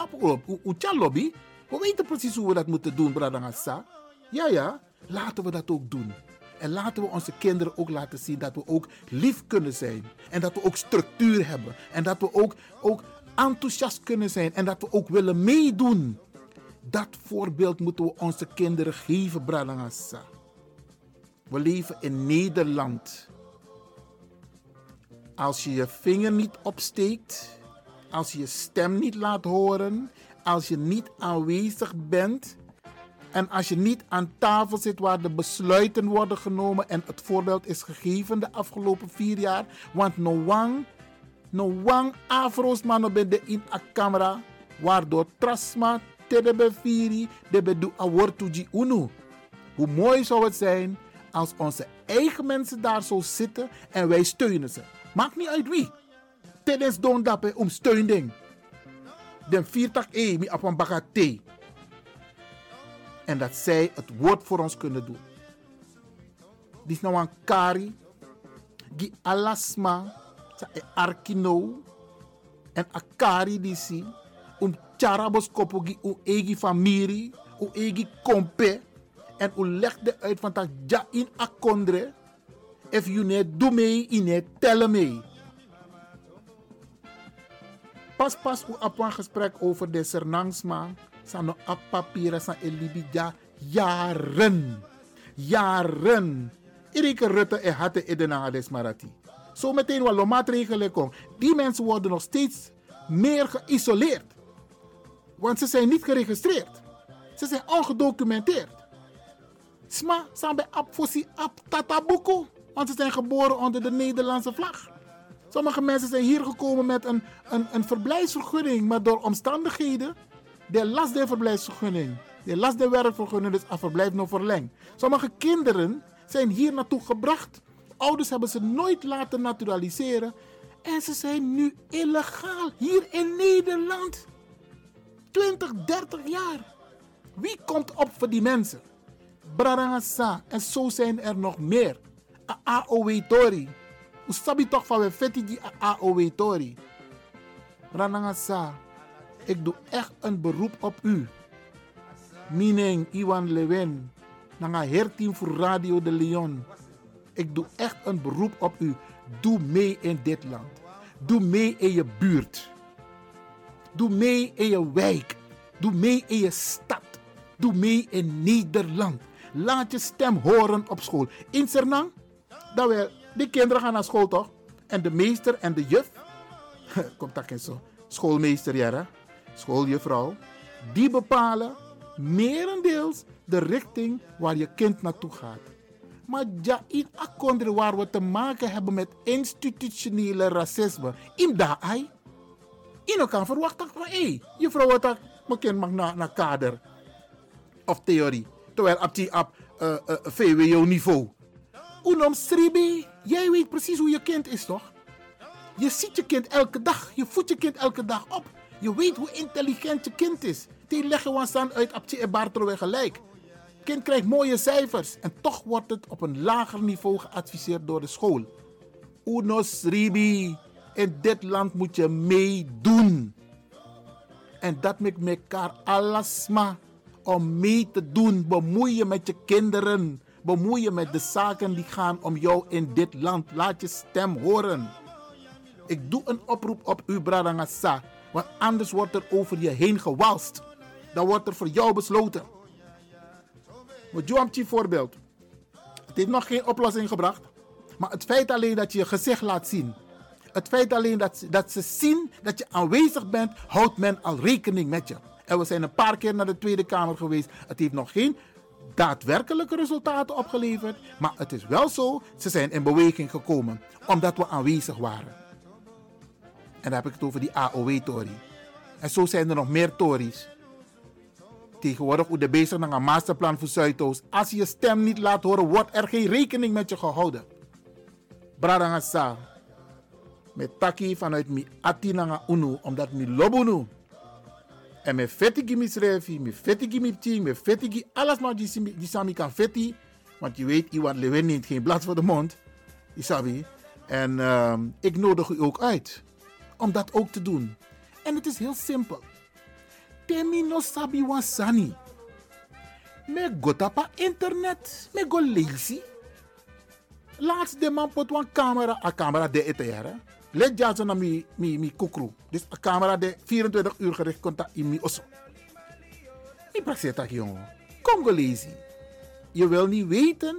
Speaker 1: U tja lobby. We weten precies hoe we dat moeten doen, Bradangasa. Ja, laten we dat ook doen. En laten we onze kinderen ook laten zien dat we ook lief kunnen zijn. En dat we ook structuur hebben. En dat we ook enthousiast kunnen zijn. En dat we ook willen meedoen. Dat voorbeeld moeten we onze kinderen geven, Bradangasa. We leven in Nederland. Als je je vinger niet opsteekt, als je je stem niet laat horen, als je niet aanwezig bent en als je niet aan tafel zit waar de besluiten worden genomen en het voorbeeld is gegeven de afgelopen 4 jaar, want no wang afro's man op de in a camera, waardoor trasma tedebe firi debe du awortuji unu. Hoe mooi zou het zijn als onze eigen mensen daar zo zitten en wij steunen ze. Maakt niet uit wie. Tijdens doen dat om steuning. Den 4 mi op een bagate. En dat zij het woord voor ons kunnen doen. Dit is nou een kari. Die alasma. Sa e arkino. En akari die si. charabos kopogi egi famiri, egi kompe. En legde uit van dat ja in akondre. If you net doe mee, in net tellen mee. Pas u op een gesprek over de Sernangsma. San no op papieren san elibija jaren. Jaren. Erike Rutte en hatte edena desmarati. Zo meteen wat maatregelen komen. Die mensen worden nog steeds meer geïsoleerd. Want ze zijn niet geregistreerd. Ze zijn ongedocumenteerd. Sma zijn bij Apfosi Ap Tatabuku. Want ze zijn geboren onder de Nederlandse vlag. Sommige mensen zijn hier gekomen met een verblijfsvergunning. Maar door omstandigheden. De last de verblijfsvergunning. De last de werkvergunning. Dus een verblijf nog verlengd. Sommige kinderen zijn hier naartoe gebracht. Ouders hebben ze nooit laten naturaliseren. En ze zijn nu illegaal hier in Nederland. 20, 30 jaar. Wie komt op voor die mensen? Brarangasa. En zo zijn er nog meer. AOW Tori. U sabi toch van we fetti die AOW Tori. Brarangasa. Ik doe echt een beroep op u. Meaning Iwan Lewin. Nanga herteam voor Radio de Leon. Ik doe echt een beroep op u. Doe mee in dit land. Doe mee in je buurt. Doe mee in je wijk. Doe mee in je stad. Doe mee in Nederland. Laat je stem horen op school. In Sernang, die kinderen gaan naar school toch? En de meester en de juf, komt dat zo, schoolmeester, ja, schooljuffrouw, die bepalen merendeels de richting waar je kind naartoe gaat. Maar ja, in akondre waar we te maken hebben met institutionele racisme, in daai, in kan verwachten van, juffrouw, wat dat mijn kind mag naar kader of theorie. Terwijl op die VWO-niveau. Unom Sribi, jij weet precies hoe je kind is, toch? Je ziet je kind elke dag. Je voedt je kind elke dag op. Je weet hoe intelligent je kind is. Die leggen we aan uit op die Bartro gelijk. Kind krijgt mooie cijfers. En toch wordt het op een lager niveau geadviseerd door de school. Uno Sribi, in dit land moet je meedoen. En dat met elkaar alasma. Om mee te doen, bemoei je met je kinderen. Bemoei je met de zaken die gaan om jou in dit land. Laat je stem horen. Ik doe een oproep op u, Bradangasa. Want anders wordt er over je heen gewalst. Dan wordt er voor jou besloten. Wat Joamchi voorbeeld. Het heeft nog geen oplossing gebracht. Maar het feit alleen dat je je gezicht laat zien. Het feit alleen dat ze zien dat je aanwezig bent. Houdt men al rekening met je. En we zijn een paar keer naar de Tweede Kamer geweest. Het heeft nog geen daadwerkelijke resultaten opgeleverd. Maar het is wel zo, ze zijn in beweging gekomen. Omdat we aanwezig waren. En dan heb ik het over die AOW-tory. En zo zijn er nog meer tories. Tegenwoordig wordt er bezig naar een masterplan voor Zuidoost. Als je je stem niet laat horen, wordt er geen rekening met je gehouden. Bradangasa. Met taki vanuit mi ati nanga unu. Omdat mi lobunu. En met vetigi misrefi, met vetigi mipting, met vetigi alles maar die sami kan vetti. Want je weet, Iwan Lewin neemt geen blad voor de mond. Isabi. En ik nodig u ook uit. Om dat ook te doen. En het is heel simpel. Temi no sabi wasani. Me go tapa internet. Me go lazy. Laatst de man pot een camera. A camera de ete. Let ja zo na mi kukru. Dus een camera de 24 uur gericht komt in mi osso. Ik praat dat jongen. Congolese. Je wil niet weten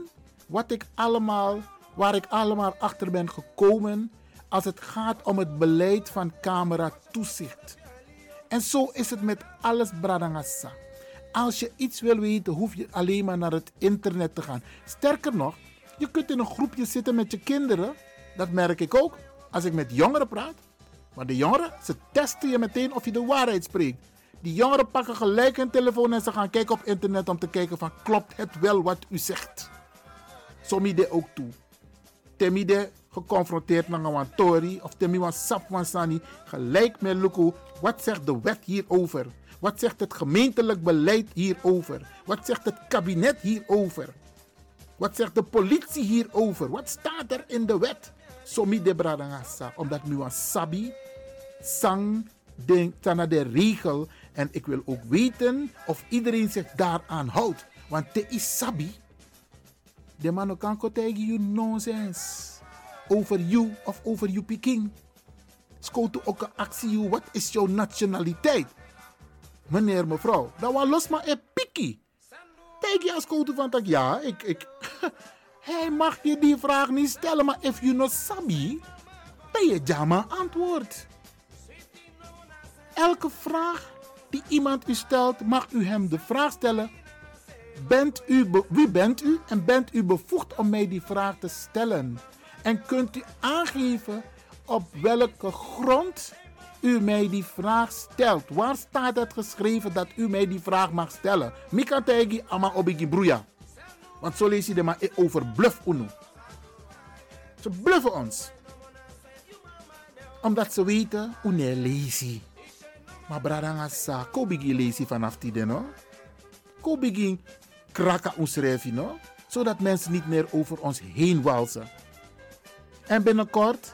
Speaker 1: waar ik allemaal achter ben gekomen als het gaat om het beleid van camera toezicht. En zo is het met alles, Bradangasa. Als je iets wil weten, hoef je alleen maar naar het internet te gaan. Sterker nog, je kunt in een groepje zitten met je kinderen. Dat merk ik ook. Als ik met jongeren praat. Maar de jongeren, ze testen je meteen of je de waarheid spreekt. Die jongeren pakken gelijk hun telefoon en ze gaan kijken op internet om te kijken van klopt het wel wat u zegt. Somide ook toe. Temide geconfronteerd met een tori of temide sap van sani. Gelijk met Luku. Wat zegt de wet hierover? Wat zegt het gemeentelijk beleid hierover? Wat zegt het kabinet hierover? Wat zegt de politie hierover? Wat staat er in de wet? Somi de Bradangasa. Omdat nu een sabi, sang, de regel. En ik wil ook weten of iedereen zich daaraan houdt. Want te is sabi. De man kan tegen you nonsense. Over you of over you Peking. Skoot ook een actie. Wat is jouw nationaliteit? Meneer, mevrouw. Dat was los maar een pikkie. Kijk je als koot van dat ja, ik. Hij mag je die vraag niet stellen. Maar if you not sabi. Dan je jama antwoord. Elke vraag die iemand u stelt, mag u hem de vraag stellen. Wie bent u en bent u bevoegd om mij die vraag te stellen? En kunt u aangeven op welke grond u mij die vraag stelt? Waar staat het geschreven dat u mij die vraag mag stellen? Mika tegi ama obigi bruya. Want zo lees je er maar over bluff uno. Ze bluffen ons. Omdat ze weten hoe ne lezen. Maar bradangasa, ko bigi lezen vanaf die den no? Ko bigi kraka onschrijven no? Zodat mensen niet meer over ons heen walsen. En binnenkort,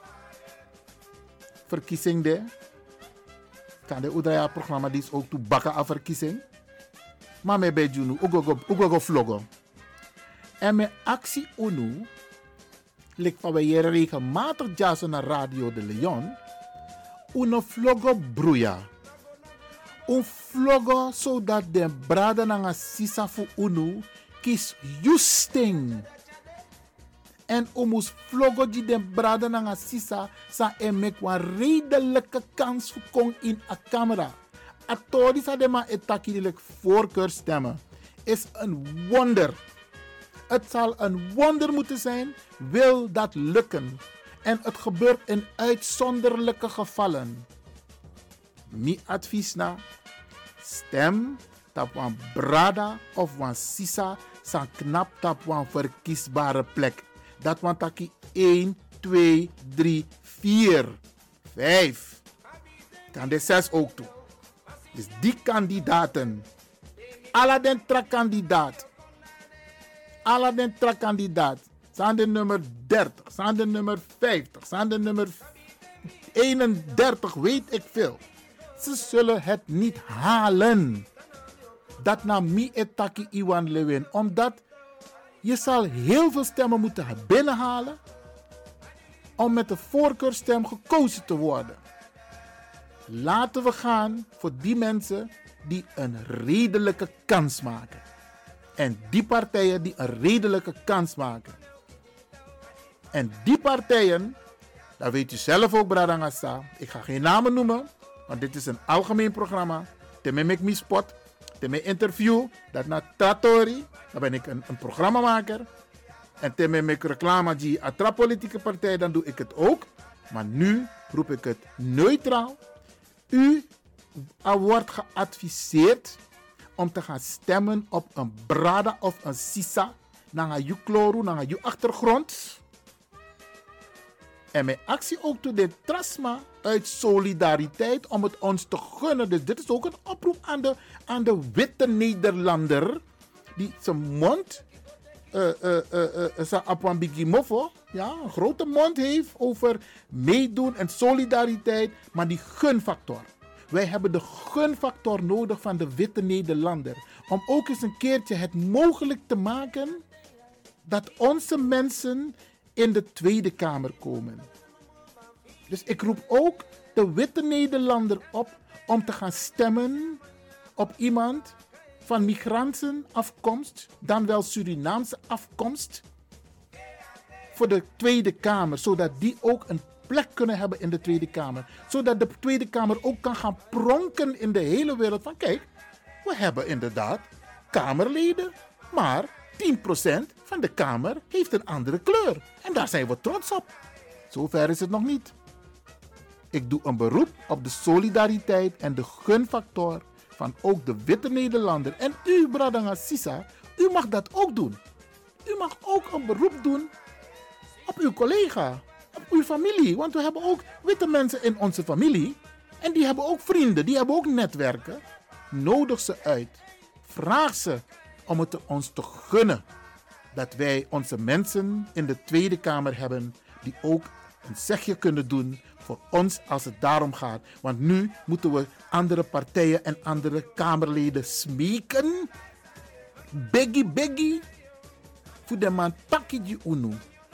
Speaker 1: verkiezing de. Kan de Oedraya programma die is ook toe bakken aan verkiezing. Maar mij bij Junu, ook vloggen. En mijn actie UNU, ligt van wij regelmatig jassen naar Radio de Leon. Een vloggen broeia. Een vloggen zodat de brada na sisa voor UNU kies justing. En omus vloggen die de brada na sisa sa emek een redelijke kans voor kong in a camera. Atori sa de ma etakidelijk voorkeur stemmen. Is een wonder. Het zal een wonder moeten zijn, wil dat lukken. En het gebeurt in uitzonderlijke gevallen. Mi advies na, stem op een brada of een sisa, san knap op een verkiesbare plek. Dat want taki 1, 2, 3, 4, 5. Kan de 6 ook toe. Dus die kandidaten, alle den kandidaat. Alle den kandidaat. Zijn de nummer 30, zijn de nummer 50, zijn de nummer 31, weet ik veel. Ze zullen het niet halen. Dat na mi etaki Iwan Lewin. Omdat je zal heel veel stemmen moeten binnenhalen om met de voorkeurstem gekozen te worden. Laten we gaan voor die mensen die een redelijke kans maken. En die partijen die een redelijke kans maken. En die partijen, dat weet u zelf ook, Bradangasa. Ik ga geen namen noemen, want dit is een algemeen programma. Temme mek mi spot, temme interview, dat na Tratori, dan ben ik een programmamaker. En temme mek reclame die atra politieke partij, dan doe ik het ook. Maar nu roep ik het neutraal. U wordt geadviseerd om te gaan stemmen op een brada of een sisa. Naar je kloru, naar je achtergrond. En mijn actie ook toe de trasma uit solidariteit om het ons te gunnen. Dus dit is ook een oproep aan de witte Nederlander. Die zijn mond, ja, een grote mond heeft over meedoen en solidariteit. Maar die gunfactor. Wij hebben de gunfactor nodig van de witte Nederlander. Om ook eens een keertje het mogelijk te maken dat onze mensen in de Tweede Kamer komen. Dus ik roep ook de witte Nederlander op om te gaan stemmen op iemand van migrantenafkomst, dan wel Surinaamse afkomst, voor de Tweede Kamer, zodat die ook een plek kunnen hebben in de Tweede Kamer. Zodat de Tweede Kamer ook kan gaan pronken in de hele wereld van kijk, we hebben inderdaad Kamerleden, maar 10% van de Kamer heeft een andere kleur. En daar zijn we trots op. Zover is het nog niet. Ik doe een beroep op de solidariteit en de gunfactor van ook de witte Nederlander. En u, Bradanga Sisa, u mag dat ook doen. U mag ook een beroep doen op uw collega, op uw familie. Want we hebben ook witte mensen in onze familie. En die hebben ook vrienden, die hebben ook netwerken. Nodig ze uit. Vraag ze om het ons te gunnen dat wij onze mensen in de Tweede Kamer hebben die ook een zegje kunnen doen voor ons als het daarom gaat. Want nu moeten we andere partijen en andere Kamerleden smeken. Beggy. Voor de man pakje die UNO.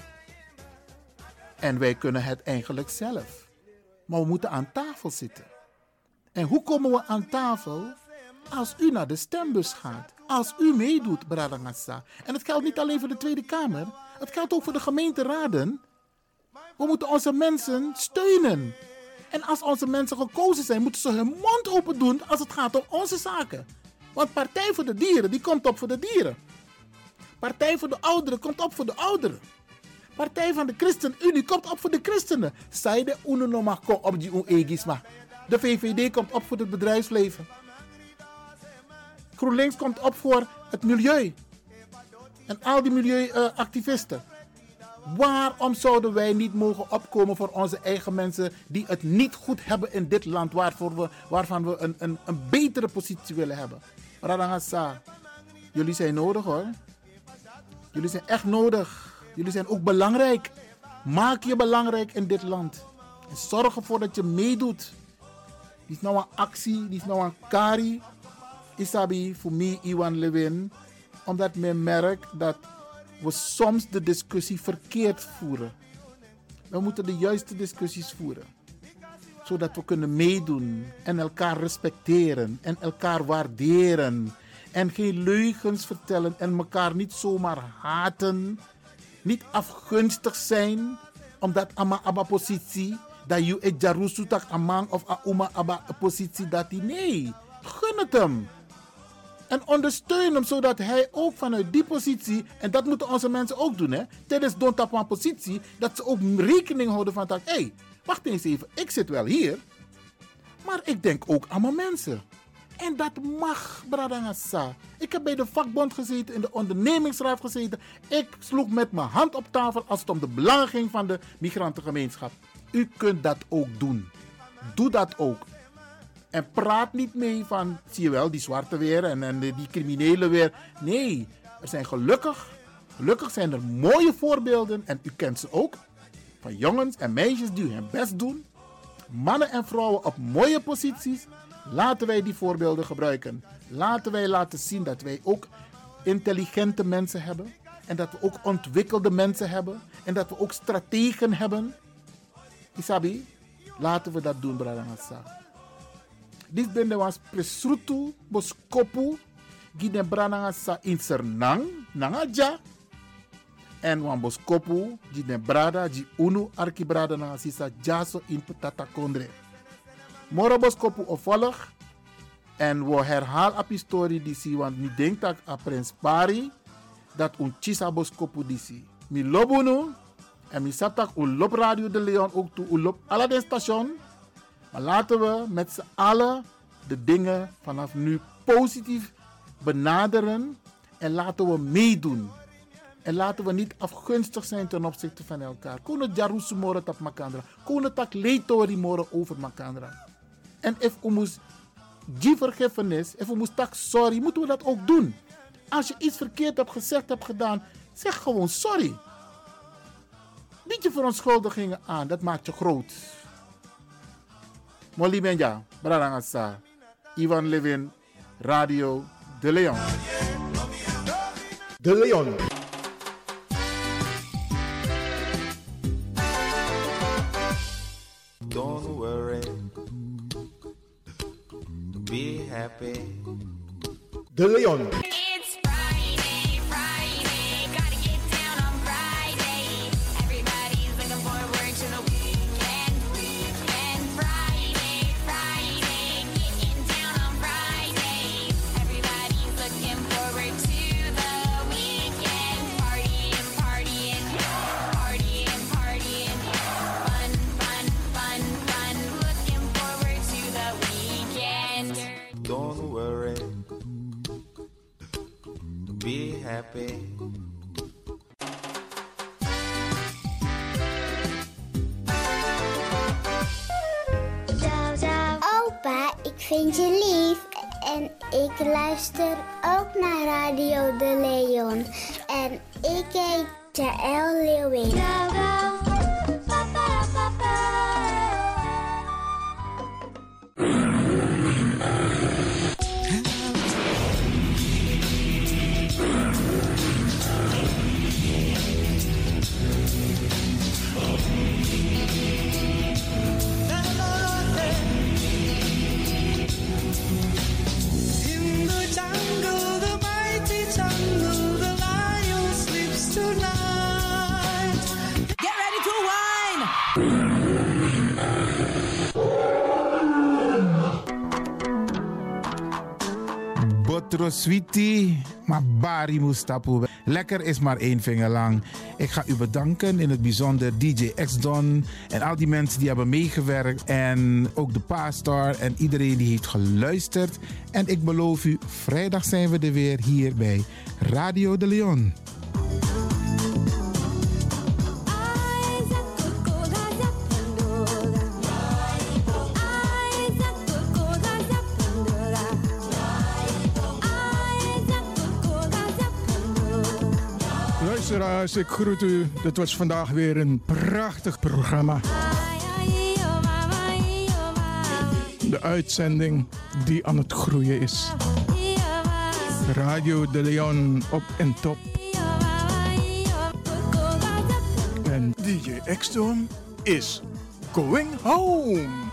Speaker 1: En wij kunnen het eigenlijk zelf. Maar we moeten aan tafel zitten. En hoe komen we aan tafel? Als u naar de stembus gaat. Als u meedoet, Bradangasa. En het geldt niet alleen voor de Tweede Kamer. Het geldt ook voor de gemeenteraden. We moeten onze mensen steunen. En als onze mensen gekozen zijn, moeten ze hun mond open doen als het gaat om onze zaken. Want Partij voor de Dieren, die komt op voor de dieren. Partij voor de Ouderen komt op voor de ouderen. Partij van de ChristenUnie komt op voor de christenen. Zijde uno mag op die unegisma. De VVD komt op voor het bedrijfsleven. GroenLinks komt op voor het milieu. En al die milieuactivisten. Waarom zouden wij niet mogen opkomen voor onze eigen mensen die het niet goed hebben in dit land, waarvan we een betere positie willen hebben? Radangasa, jullie zijn nodig hoor. Jullie zijn echt nodig. Jullie zijn ook belangrijk. Maak je belangrijk in dit land. En zorg ervoor dat je meedoet. Die is nou een actie, die is nou een kari. Isabi, voor mij, Iwan Lewin. Omdat men merkt dat we soms de discussie verkeerd voeren. We moeten de juiste discussies voeren. Zodat we kunnen meedoen en elkaar respecteren en elkaar waarderen. En geen leugens vertellen en elkaar niet zomaar haten. Niet afgunstig zijn, omdat ama aba positie, dat je et jarusu tak amang of auma aba positie dat hij. Nee, gun het hem. En ondersteun hem, zodat hij ook vanuit die positie, en dat moeten onze mensen ook doen, hè, tijdens don't tap een positie, dat ze ook rekening houden van dat, hé, wacht eens even, ik zit wel hier, maar ik denk ook aan mijn mensen. En dat mag, Bradangasa. Ik heb bij de vakbond gezeten, in de ondernemingsraad gezeten. Ik sloeg met mijn hand op tafel als het om de belangen ging van de migrantengemeenschap. U kunt dat ook doen. Doe dat ook. En praat niet mee van, zie je wel, die zwarte weer en die criminelen weer. Nee, er zijn gelukkig zijn er mooie voorbeelden, en u kent ze ook, van jongens en meisjes die hun best doen. Mannen en vrouwen op mooie posities. Laten wij die voorbeelden gebruiken. Laten wij laten zien dat wij ook intelligente mensen hebben. En dat we ook ontwikkelde mensen hebben. En dat we ook strategen hebben. Isabi, laten we dat doen, Bradangasa. Dit bende was presrutu boskopu. Gide Bradangasa in Sernang, Nangaja. En wan boskopu, gide Brada, gi unu arki Bradangasa, jaso in Petata Kondre. Moro boskopu opvolg. En we herhalen op historie die zie, want nu denkt dat aan Prins Pari dat un chisa boskopu die zie. Mi lobunu en mi satak un lop Radio de Leon ook toe, un lop alle de station. Maar laten we met z'n allen de dingen vanaf nu positief benaderen en laten we meedoen. En laten we niet afgunstig zijn ten opzichte van elkaar. Kono jarusu moro tap makandra. Kono tak leitori moro over makandra. En if we moest die vergiffenis, if we moest tak sorry, moeten we dat ook doen. Als je iets verkeerd hebt gezegd, hebt gedaan, zeg gewoon sorry. Bied je verontschuldigingen aan, dat maakt je groot. Molly Benja, Bradangasa, Iwan Lewin, Radio De Leon.
Speaker 6: De Leon.
Speaker 12: Don't worry, be happy.
Speaker 6: De Leon.
Speaker 13: It's Friday, gotta get down on Friday. Everybody's looking forward to the weekend. Friday, getting down on Friday. Everybody's looking forward to the weekend. Partying, fun. Looking forward to the weekend.
Speaker 12: Don't worry, be happy.
Speaker 14: Opa, ik vind je lief. En ik luister ook naar Radio De Leon. En ik heet Jaël Leeuwin.
Speaker 15: Metro Sweetie, maar Bari Mustapu. Lekker is maar 1 vinger lang. Ik ga u bedanken, in het bijzonder DJ X-Don en al die mensen die hebben meegewerkt. En ook de Pastor en iedereen die heeft geluisterd. En ik beloof u, vrijdag zijn we er weer hier bij Radio de Leon.
Speaker 16: Luisteraars, ik groet u. Dit was vandaag weer een prachtig programma. De uitzending die aan het groeien is. Radio de Leon op en top. En DJ X-Don is going home.